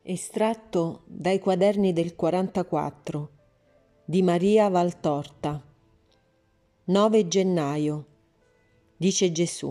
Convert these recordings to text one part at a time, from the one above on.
Estratto dai quaderni del 44 di Maria Valtorta. 9 gennaio. Dice Gesù: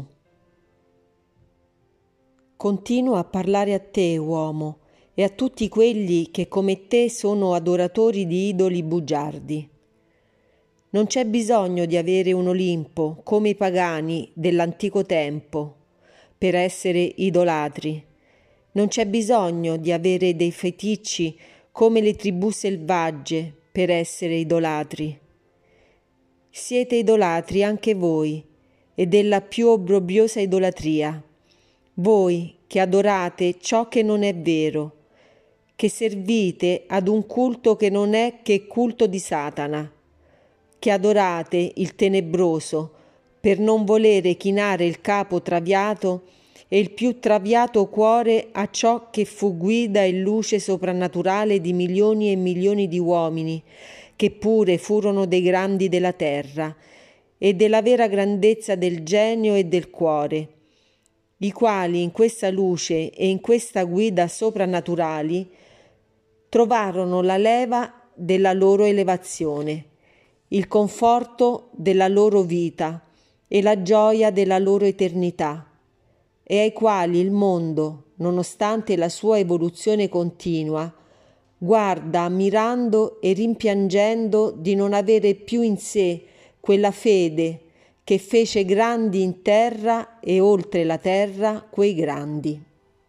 continuo a parlare a te, uomo, e a tutti quelli che come te sono adoratori di idoli bugiardi. Non c'è bisogno di avere un Olimpo come i pagani dell'antico tempo per essere idolatri. Non c'è bisogno di avere dei feticci come le tribù selvagge per essere idolatri. Siete idolatri anche voi, e della più obbrobriosa idolatria. Voi che adorate ciò che non è vero, che servite ad un culto che non è che culto di Satana, che adorate il tenebroso per non volere chinare il capo traviato e il più traviato cuore a ciò che fu guida e luce soprannaturale di milioni e milioni di uomini, che pure furono dei grandi della terra, e della vera grandezza del genio e del cuore, i quali in questa luce e in questa guida soprannaturali trovarono la leva della loro elevazione, il conforto della loro vita e la gioia della loro eternità, e ai quali il mondo, nonostante la sua evoluzione continua, guarda ammirando e rimpiangendo di non avere più in sé quella fede che fece grandi in terra e oltre la terra quei grandi.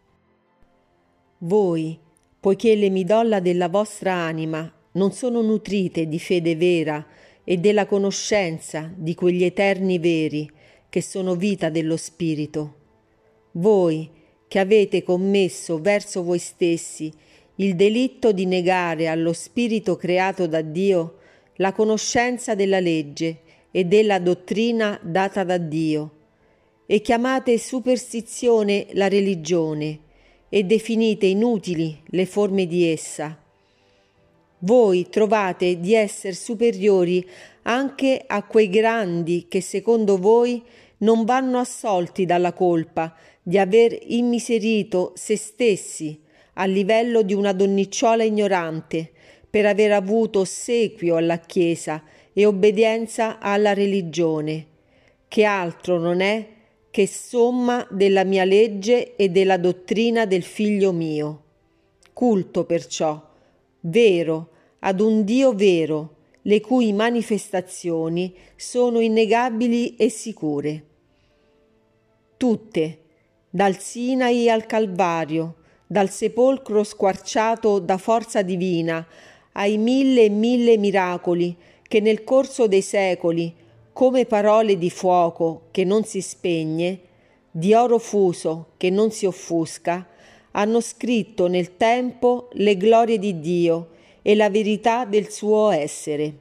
Voi, poiché le midolla della vostra anima non sono nutrite di fede vera e della conoscenza di quegli eterni veri che sono vita dello spirito, voi che avete commesso verso voi stessi il delitto di negare allo spirito creato da Dio la conoscenza della legge e della dottrina data da Dio, e chiamate superstizione la religione e definite inutili le forme di essa. Voi trovate di essere superiori anche a quei grandi che secondo voi non vanno assolti dalla colpa di aver immiserito se stessi a livello di una donnicciola ignorante per aver avuto ossequio alla Chiesa e obbedienza alla religione, che altro non è che somma della mia legge e della dottrina del Figlio mio. Culto perciò, vero, ad un Dio vero, le cui manifestazioni sono innegabili e sicure. Tutte, dal Sinai al Calvario, dal sepolcro squarciato da forza divina, ai 1000 e 1000 miracoli che nel corso dei secoli, come parole di fuoco che non si spegne, di oro fuso che non si offusca, hanno scritto nel tempo le glorie di Dio e la verità del suo essere.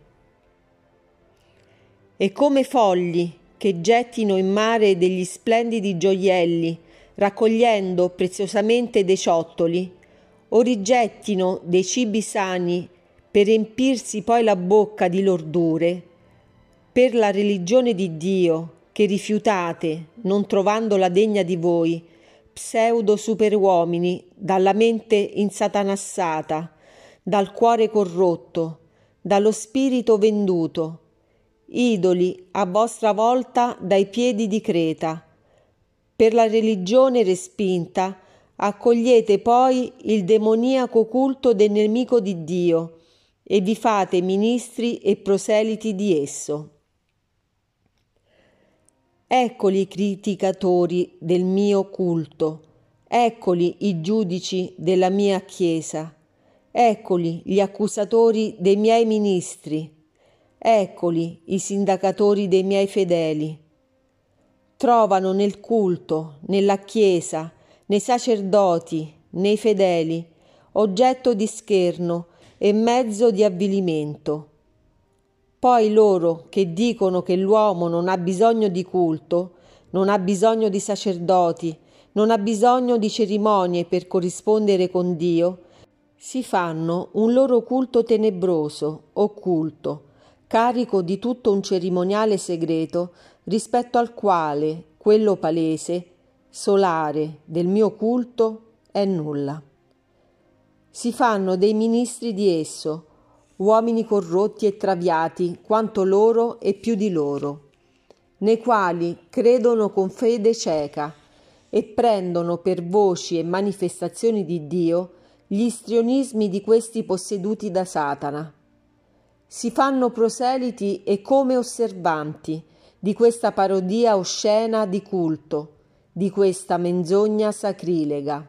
E come fogli che gettino in mare degli splendidi gioielli, raccogliendo preziosamente dei ciottoli, o rigettino dei cibi sani per riempirsi poi la bocca di lordure, per la religione di Dio che rifiutate, non trovandola degna di voi, pseudo superuomini dalla mente insatanassata, dal cuore corrotto, dallo spirito venduto, idoli a vostra volta dai piedi di Creta. Per la religione respinta accogliete poi il demoniaco culto del nemico di Dio e vi fate ministri e proseliti di esso. Eccoli i criticatori del mio culto, eccoli i giudici della mia Chiesa, eccoli gli accusatori dei miei ministri, eccoli i sindacatori dei miei fedeli. Trovano nel culto, nella Chiesa, nei sacerdoti, nei fedeli, oggetto di scherno e mezzo di avvilimento. Poi loro che dicono che l'uomo non ha bisogno di culto, non ha bisogno di sacerdoti, non ha bisogno di cerimonie per corrispondere con Dio, si fanno un loro culto tenebroso, occulto, carico di tutto un cerimoniale segreto rispetto al quale quello palese, solare del mio culto, è nulla. si fanno dei ministri di esso, uomini corrotti e traviati quanto loro e più di loro, nei quali credono con fede cieca e prendono per voci e manifestazioni di Dio gli istrionismi di questi posseduti da Satana. Si fanno proseliti e come osservanti di questa parodia oscena di culto, di questa menzogna sacrilega.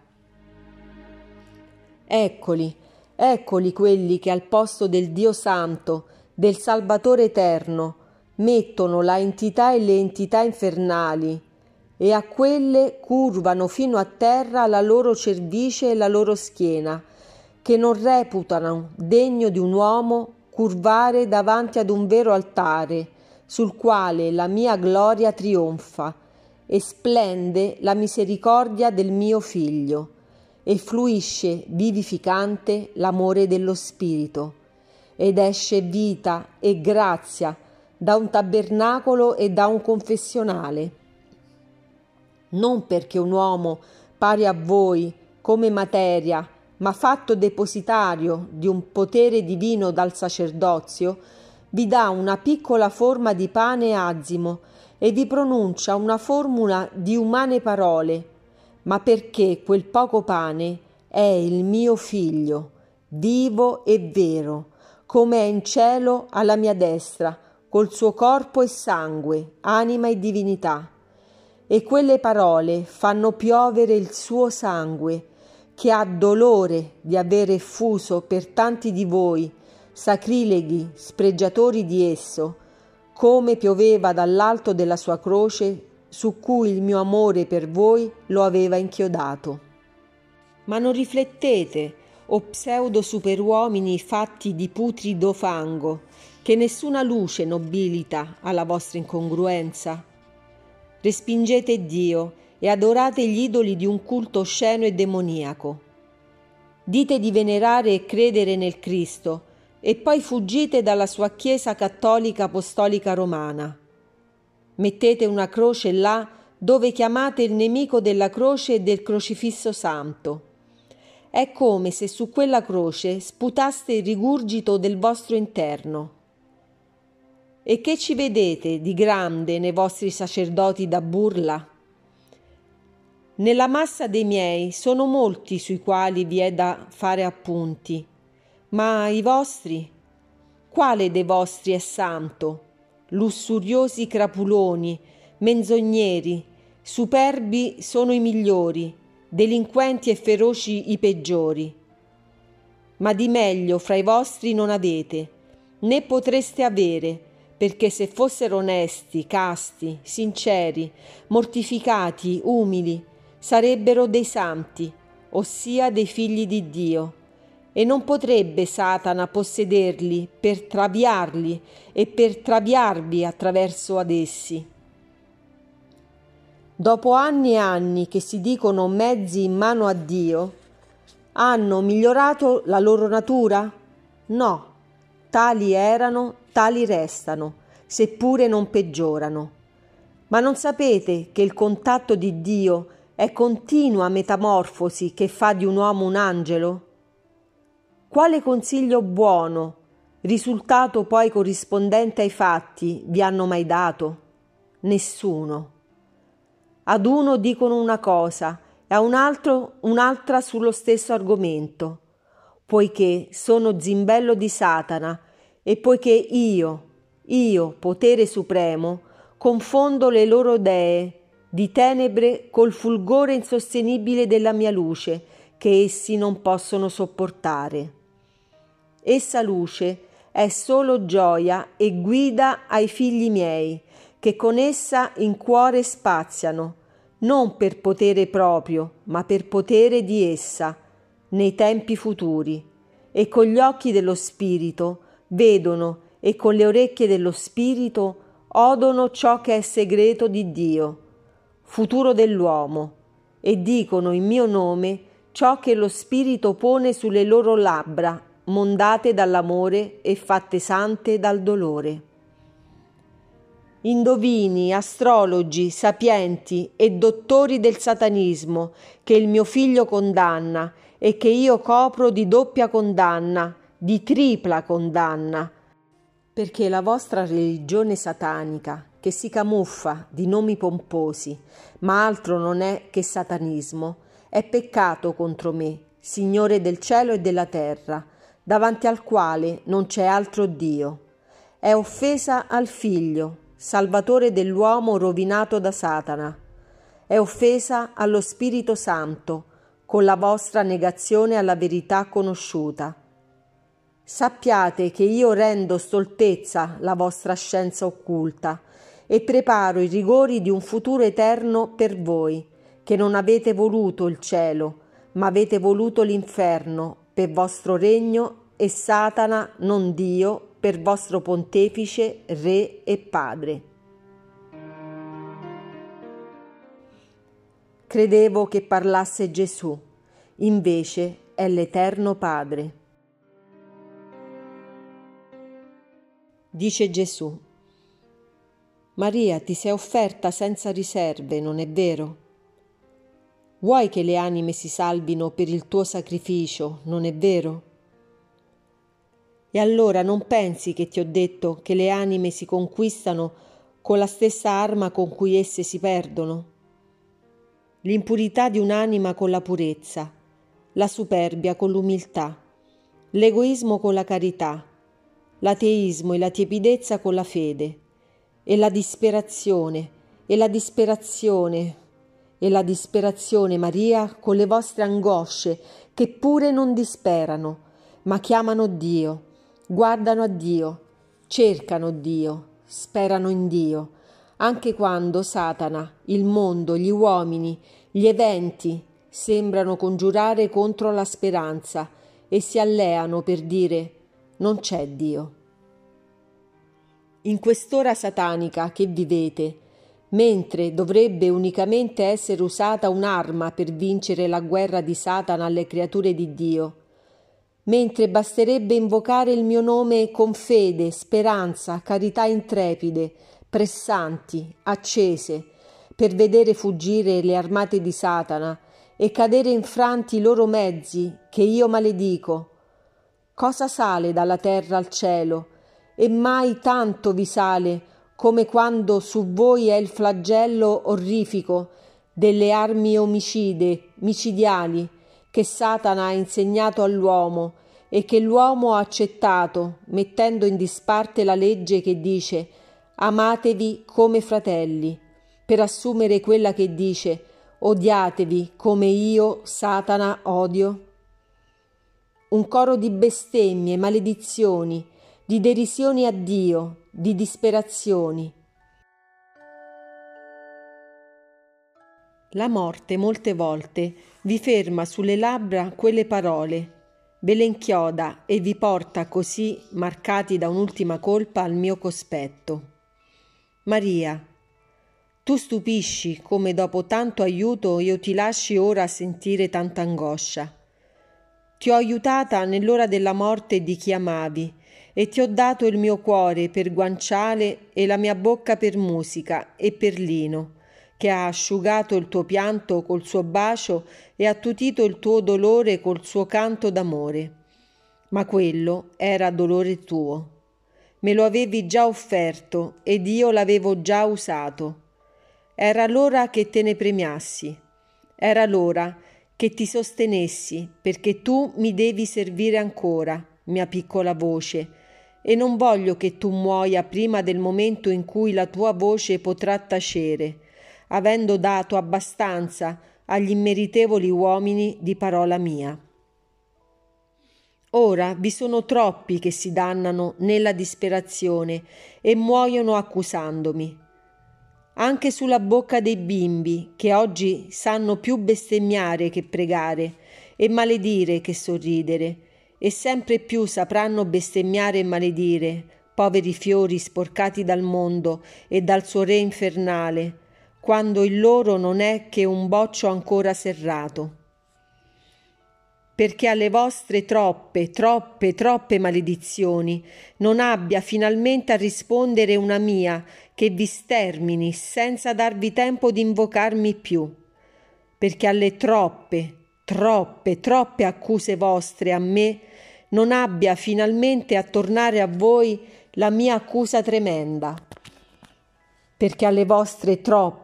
Eccoli quelli che al posto del Dio Santo, del Salvatore Eterno, mettono la entità e le entità infernali e a quelle curvano fino a terra la loro cervice e la loro schiena, che non reputano degno di un uomo curvare davanti ad un vero altare, sul quale la mia gloria trionfa e splende la misericordia del mio Figlio, e fluisce vivificante l'amore dello Spirito, ed esce vita e grazia da un tabernacolo e da un confessionale. Non perché un uomo pari a voi come materia, ma fatto depositario di un potere divino dal sacerdozio, vi dà una piccola forma di pane azimo e vi pronuncia una formula di umane parole, ma perché quel poco pane è il mio Figlio, vivo e vero, come è in cielo alla mia destra, col suo corpo e sangue, anima e divinità. E quelle parole fanno piovere il suo sangue, che ha dolore di aver effuso per tanti di voi, sacrileghi, spregiatori di esso, come pioveva dall'alto della sua croce, su cui il mio amore per voi lo aveva inchiodato. Ma non riflettete, o pseudo superuomini fatti di putrido fango, che nessuna luce nobilita alla vostra incongruenza. Respingete Dio e adorate gli idoli di un culto osceno e demoniaco. Dite di venerare e credere nel Cristo e poi fuggite dalla sua Chiesa cattolica apostolica romana. Mettete una croce là dove chiamate il nemico della croce e del crocifisso santo. È come se su quella croce sputaste il rigurgito del vostro interno. E che ci vedete di grande nei vostri sacerdoti da burla? Nella massa dei miei sono molti sui quali vi è da fare appunti, ma i vostri? Quale dei vostri è santo? Lussuriosi crapuloni, menzogneri, superbi sono i migliori, delinquenti e feroci i peggiori. Ma di meglio fra i vostri non avete, né potreste avere, perché se fossero onesti, casti, sinceri, mortificati, umili, sarebbero dei santi, ossia dei figli di Dio, e non potrebbe Satana possederli per traviarli e per traviarvi attraverso ad essi. Dopo anni e anni che si dicono mezzi in mano a Dio, hanno migliorato la loro natura? No, tali erano, tali restano, seppure non peggiorano. Ma non sapete che il contatto di Dio è continua metamorfosi che fa di un uomo un angelo? Quale consiglio buono, risultato poi corrispondente ai fatti, vi hanno mai dato? Nessuno. Ad uno dicono una cosa e a un altro un'altra sullo stesso argomento, poiché sono zimbello di Satana e poiché io, potere supremo, confondo le loro dee di tenebre col fulgore insostenibile della mia luce che essi non possono sopportare. Essa luce è solo gioia e guida ai figli miei, che con essa in cuore spaziano, non per potere proprio, ma per potere di essa, nei tempi futuri, e con gli occhi dello Spirito vedono e con le orecchie dello Spirito odono ciò che è segreto di Dio, futuro dell'uomo, e dicono in mio nome ciò che lo Spirito pone sulle loro labbra, mondate dall'amore e fatte sante dal dolore. Indovini, astrologi, sapienti e dottori del satanismo che il mio figlio condanna e che io copro di doppia condanna, di tripla condanna, perché la vostra religione satanica, che si camuffa di nomi pomposi, ma altro non è che satanismo, è peccato contro me, Signore del cielo e della terra, davanti al quale non c'è altro Dio. È offesa al Figlio, Salvatore dell'uomo rovinato da Satana. È offesa allo Spirito Santo, con la vostra negazione alla verità conosciuta. Sappiate che io rendo stoltezza la vostra scienza occulta e preparo i rigori di un futuro eterno per voi, che non avete voluto il cielo, ma avete voluto l'inferno per vostro regno e Satana, non Dio, per vostro pontefice, re e padre. Credevo che parlasse Gesù, invece è l'Eterno Padre. Dice Gesù: Maria, ti sei offerta senza riserve, non è vero? Vuoi che le anime si salvino per il tuo sacrificio, non è vero? E allora non pensi che ti ho detto che le anime si conquistano con la stessa arma con cui esse si perdono? L'impurità di un'anima con la purezza, la superbia con l'umiltà, l'egoismo con la carità, l'ateismo e la tiepidezza con la fede, e la disperazione, Maria, con le vostre angosce, che pure non disperano, ma chiamano Dio, guardano a Dio, cercano Dio, sperano in Dio, anche quando Satana, il mondo, gli uomini, gli eventi sembrano congiurare contro la speranza e si alleano per dire: non c'è Dio. In quest'ora satanica che vivete, mentre dovrebbe unicamente essere usata un'arma per vincere la guerra di Satana alle creature di Dio, mentre basterebbe invocare il mio nome con fede, speranza, carità intrepide, pressanti, accese, per vedere fuggire le armate di Satana e cadere infranti i loro mezzi, che io maledico. Cosa sale dalla terra al cielo, e mai tanto vi sale come quando su voi è il flagello orrifico delle armi micidiali, che Satana ha insegnato all'uomo e che l'uomo ha accettato, mettendo in disparte la legge che dice: amatevi come fratelli, per assumere quella che dice: odiatevi come io, Satana, odio? Un coro di bestemmie, maledizioni, di derisioni a Dio, di disperazioni. La morte molte volte vi ferma sulle labbra quelle parole, ve le inchioda e vi porta così, marcati da un'ultima colpa, al mio cospetto. Maria, tu stupisci come dopo tanto aiuto io ti lasci ora sentire tanta angoscia. Ti ho aiutata nell'ora della morte di chi amavi e ti ho dato il mio cuore per guanciale e la mia bocca per musica e per lino, che ha asciugato il tuo pianto col suo bacio e attutito il tuo dolore col suo canto d'amore. Ma quello era dolore tuo. Me lo avevi già offerto ed io l'avevo già usato. Era l'ora che te ne premiassi. Era l'ora che ti sostenessi, perché tu mi devi servire ancora, mia piccola voce, e non voglio che tu muoia prima del momento in cui la tua voce potrà tacere, avendo dato abbastanza agli immeritevoli uomini di parola mia. Ora vi sono troppi che si dannano nella disperazione e muoiono accusandomi. Anche sulla bocca dei bimbi, che oggi sanno più bestemmiare che pregare, e maledire che sorridere, e sempre più sapranno bestemmiare e maledire, poveri fiori sporcati dal mondo e dal suo re infernale, quando il loro non è che un boccio ancora serrato. Perché alle vostre troppe maledizioni non abbia finalmente a rispondere una mia che vi stermini senza darvi tempo di invocarmi più. Perché alle troppe troppe accuse vostre a me, non abbia finalmente a tornare a voi la mia accusa tremenda. Perché alle vostre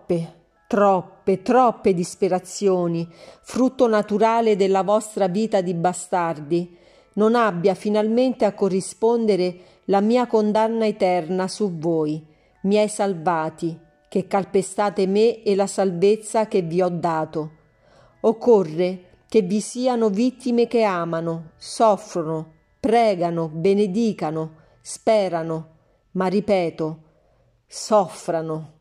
troppe disperazioni, frutto naturale della vostra vita di bastardi, non abbia finalmente a corrispondere la mia condanna eterna su voi, miei salvati, che calpestate me e la salvezza che vi ho dato. Occorre che vi siano vittime che amano, soffrono, pregano, benedicano, sperano, ma ripeto, soffrano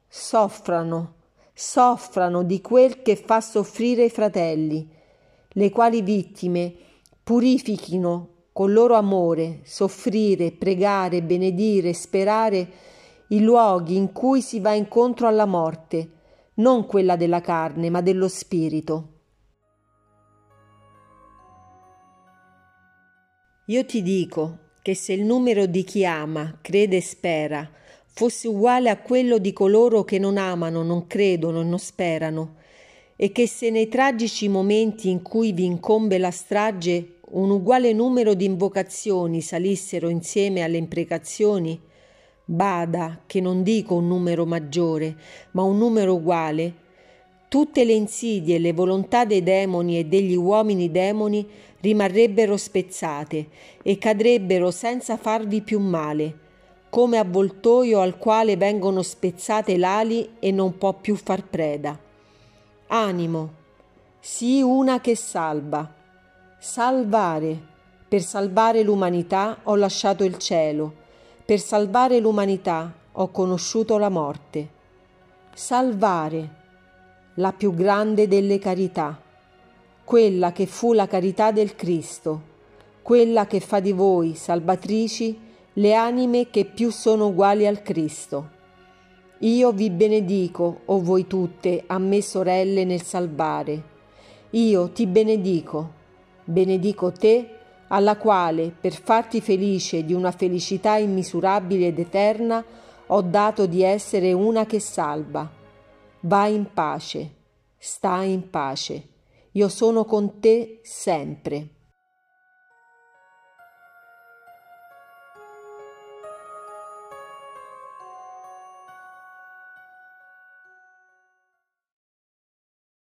di quel che fa soffrire i fratelli, le quali vittime purifichino col loro amore, soffrire, pregare, benedire, sperare i luoghi in cui si va incontro alla morte, non quella della carne, ma dello spirito. Io ti dico che se il numero di chi ama, crede e spera fosse uguale a quello di coloro che non amano, non credono e non sperano, e che se nei tragici momenti in cui vi incombe la strage un uguale numero di invocazioni salissero insieme alle imprecazioni, bada che non dico un numero maggiore, ma un numero uguale, tutte le insidie e le volontà dei demoni e degli uomini demoni rimarrebbero spezzate e cadrebbero senza farvi più male, come avvoltoio al quale vengono spezzate l'ali e non può più far preda. Animo, sii una che salva. Salvare. Per salvare l'umanità ho lasciato il cielo. Per salvare l'umanità ho conosciuto la morte. Salvare. La più grande delle carità, quella che fu la carità del Cristo, quella che fa di voi, salvatrici, le anime che più sono uguali al Cristo. Io vi benedico, o voi tutte, a me sorelle nel salvare. Io ti benedico te, alla quale, per farti felice di una felicità immisurabile ed eterna, ho dato di essere una che salva. Vai in pace, stai in pace, io sono con te sempre.